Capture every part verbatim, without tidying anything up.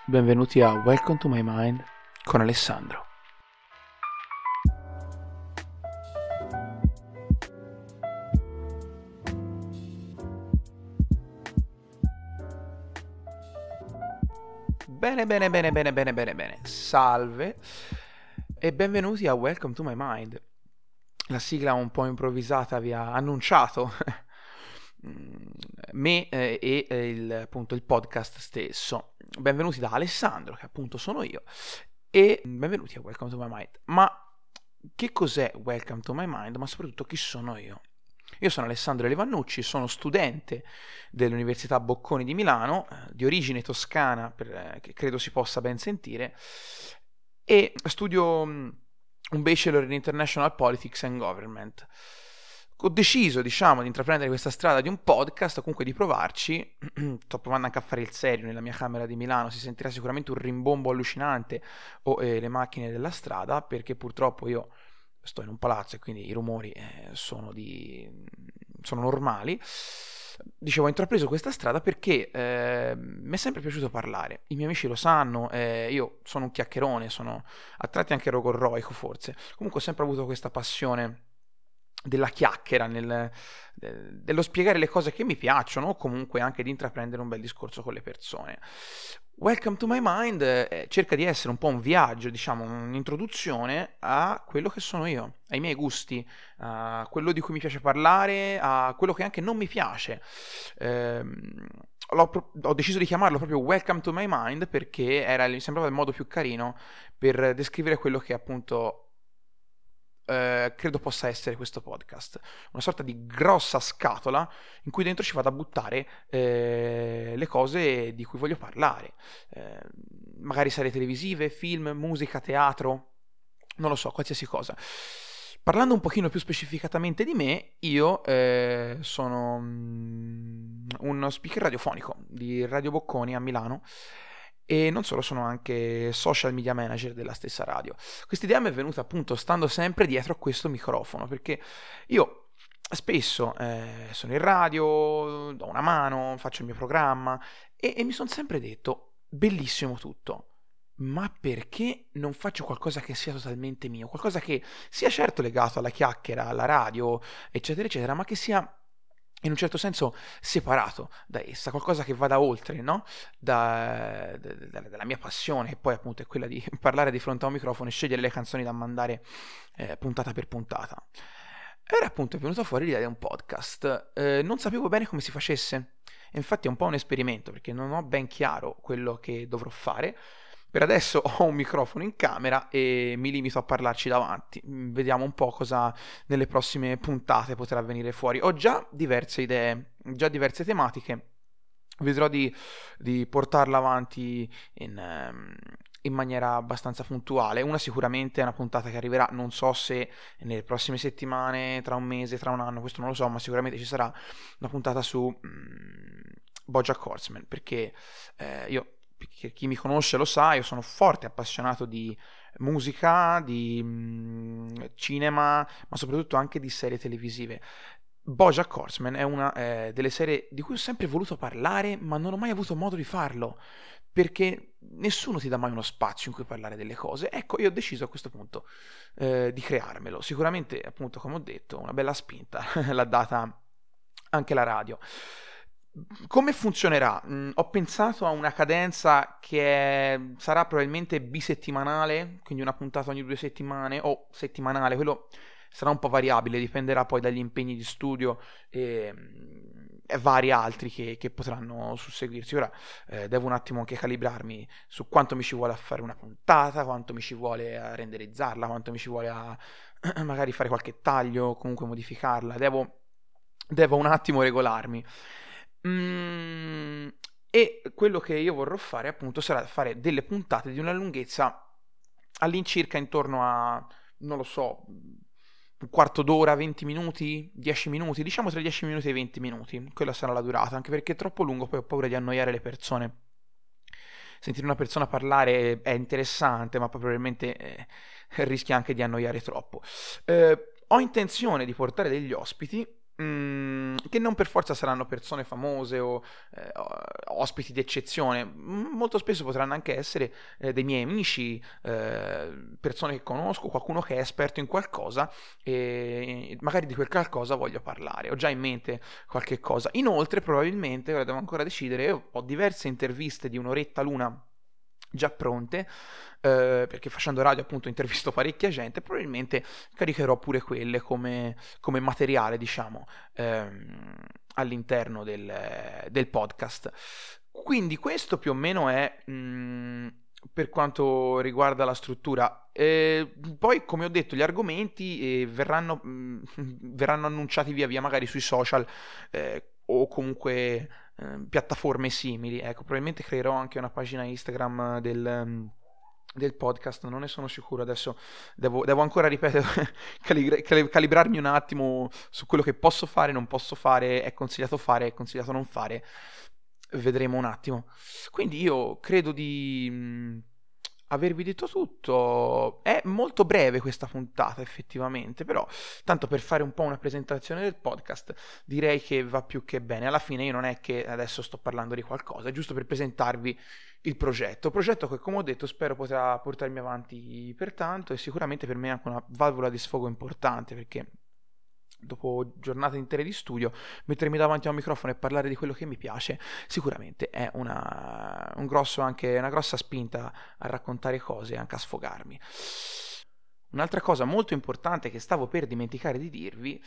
Benvenuti a Welcome to My Mind con Alessandro. Bene, bene, bene, bene, bene, bene, bene. Salve e benvenuti a Welcome to My Mind. La sigla un po' improvvisata vi ha annunciato me eh, e eh, il, appunto il podcast stesso. Benvenuti da Alessandro, che appunto sono io, e benvenuti a Welcome to My Mind. Ma che cos'è Welcome to My Mind? Ma soprattutto chi sono io? Io sono Alessandro Levannucci, sono studente dell'Università Bocconi di Milano, eh, di origine toscana, per, eh, che credo si possa ben sentire, e studio um, un Bachelor in International Politics and Government. Ho deciso, diciamo, di intraprendere questa strada di un podcast, o comunque di provarci. Sto provando anche a fare il serio nella mia camera di Milano, si sentirà sicuramente un rimbombo allucinante o eh, le macchine della strada, perché purtroppo io sto in un palazzo e quindi i rumori eh, sono, di... sono normali. Dicevo, ho intrapreso questa strada perché eh, mi è sempre piaciuto parlare. I miei amici lo sanno, eh, io sono un chiacchierone, sono a tratti anche rogorroico forse. Comunque ho sempre avuto questa passione della chiacchiera, nel, dello spiegare le cose che mi piacciono, o comunque anche di intraprendere un bel discorso con le persone. Welcome to My Mind eh, cerca di essere un po' un viaggio, diciamo, un'introduzione a quello che sono io, ai miei gusti, a quello di cui mi piace parlare, a quello che anche non mi piace. Eh, l'ho, ho deciso di chiamarlo proprio Welcome to My Mind perché era, mi sembrava il modo più carino per descrivere quello che appunto Uh, credo possa essere questo podcast, una sorta di grossa scatola in cui dentro ci vado a buttare eh, le cose di cui voglio parlare, eh, magari serie televisive, film, musica, teatro, non lo so, qualsiasi cosa. Parlando un pochino più specificatamente di me, io eh, sono um, uno speaker radiofonico di Radio Bocconi a Milano. E non solo, sono anche social media manager della stessa radio. Questa idea mi è venuta appunto stando sempre dietro a questo microfono, perché io spesso eh, sono in radio, do una mano, faccio il mio programma e, e mi sono sempre detto, bellissimo tutto, ma perché non faccio qualcosa che sia totalmente mio? Qualcosa che sia certo legato alla chiacchiera, alla radio, eccetera, eccetera, ma che sia in un certo senso separato da essa, qualcosa che vada oltre, no? Da, da, da, dalla mia passione, che poi appunto è quella di parlare di fronte a un microfono e scegliere le canzoni da mandare eh, puntata per puntata. Era appunto venuta fuori l'idea di un podcast. Eh, non sapevo bene come si facesse, e infatti è un po' un esperimento, perché non ho ben chiaro quello che dovrò fare. Per adesso ho un microfono in camera e mi limito a parlarci davanti. Vediamo un po' cosa nelle prossime puntate potrà venire fuori. Ho già diverse idee, già diverse tematiche. Vedrò di, di portarla avanti in, in maniera abbastanza puntuale. Una sicuramente è una puntata che arriverà, non so se nelle prossime settimane, tra un mese, tra un anno, questo non lo so, ma sicuramente ci sarà una puntata su mm, BoJack Horseman, perché eh, io... chi mi conosce lo sa, io sono forte appassionato di musica, di mh, cinema, ma soprattutto anche di serie televisive. BoJack Horseman è una eh, delle serie di cui ho sempre voluto parlare, ma non ho mai avuto modo di farlo, perché nessuno ti dà mai uno spazio in cui parlare delle cose. Ecco, io ho deciso a questo punto eh, di crearmelo. Sicuramente, appunto, come ho detto, una bella spinta l'ha data anche la radio. Come funzionerà? Mm, ho pensato a una cadenza che è- sarà probabilmente bisettimanale, quindi una puntata ogni due settimane o settimanale, quello sarà un po' variabile, dipenderà poi dagli impegni di studio e, mm, e vari altri che, che potranno susseguirsi. Ora eh, devo un attimo anche calibrarmi su quanto mi ci vuole a fare una puntata, quanto mi ci vuole a renderizzarla, quanto mi ci vuole a magari fare qualche taglio, comunque modificarla. Devo, devo un attimo regolarmi. Mm, e quello che io vorrò fare appunto sarà fare delle puntate di una lunghezza all'incirca intorno a, non lo so, un quarto d'ora, venti minuti, dieci minuti, diciamo tra dieci minuti e venti minuti, quella sarà la durata, anche perché è troppo lungo, poi ho paura di annoiare le persone. Sentire una persona parlare è interessante, ma poi probabilmente eh, rischia anche di annoiare troppo. Eh, ho intenzione di portare degli ospiti. Mm, che non per forza saranno persone famose o eh, ospiti d'eccezione, molto spesso potranno anche essere eh, dei miei amici, eh, persone che conosco, qualcuno che è esperto in qualcosa e magari di quel qualcosa voglio parlare, ho già in mente qualche cosa. Inoltre probabilmente, ora devo ancora decidere, ho diverse interviste di un'oretta l'una già pronte, eh, perché facendo radio appunto intervisto parecchia gente, probabilmente caricherò pure quelle come, come materiale, diciamo, ehm, all'interno del, del podcast. Quindi questo più o meno è mh, per quanto riguarda la struttura. Eh, poi, come ho detto, gli argomenti eh, verranno, mh, verranno annunciati via via, magari sui social, eh, o comunque eh, piattaforme simili. Ecco, probabilmente creerò anche una pagina Instagram del, del podcast, non ne sono sicuro, adesso devo, devo ancora, ripetere, cali- cali- calibrarmi un attimo su quello che posso fare, non posso fare, è consigliato fare, è consigliato non fare, vedremo un attimo. Quindi io credo di mh, avervi detto tutto. È molto breve questa puntata effettivamente, però tanto per fare un po' una presentazione del podcast direi che va più che bene. Alla fine io non è che adesso sto parlando di qualcosa, è giusto per presentarvi il progetto, progetto che come ho detto spero potrà portarmi avanti per tanto, e sicuramente per me è anche una valvola di sfogo importante, perché dopo giornate intere di studio, mettermi davanti a un microfono e parlare di quello che mi piace sicuramente è una, un grosso anche, una grossa spinta a raccontare cose e anche a sfogarmi. Un'altra cosa molto importante che stavo per dimenticare di dirvi,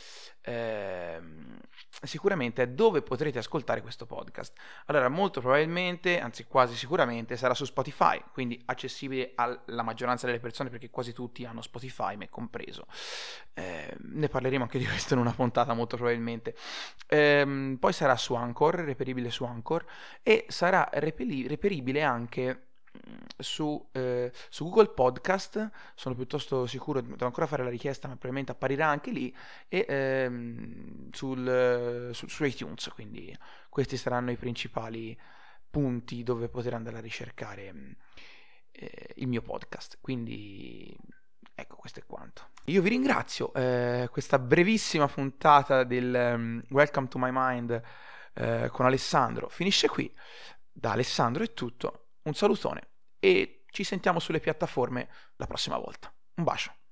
ehm, sicuramente è dove potrete ascoltare questo podcast. Allora, molto probabilmente, anzi quasi sicuramente, sarà su Spotify, quindi accessibile alla maggioranza delle persone, perché quasi tutti hanno Spotify, me compreso. Eh, ne parleremo anche di questo in una puntata, molto probabilmente. Ehm, poi sarà su Anchor, reperibile su Anchor, e sarà repeli- reperibile anche su, eh, su Google Podcast, sono piuttosto sicuro, devo ancora fare la richiesta, ma probabilmente apparirà anche lì, e ehm, sul, su, su iTunes, quindi questi saranno i principali punti dove poter andare a ricercare eh, il mio podcast. Quindi ecco, questo è quanto. Io vi ringrazio, eh, questa brevissima puntata del um, Welcome to My Mind eh, con Alessandro finisce qui. Da Alessandro è tutto, un salutone e ci sentiamo sulle piattaforme la prossima volta. Un bacio.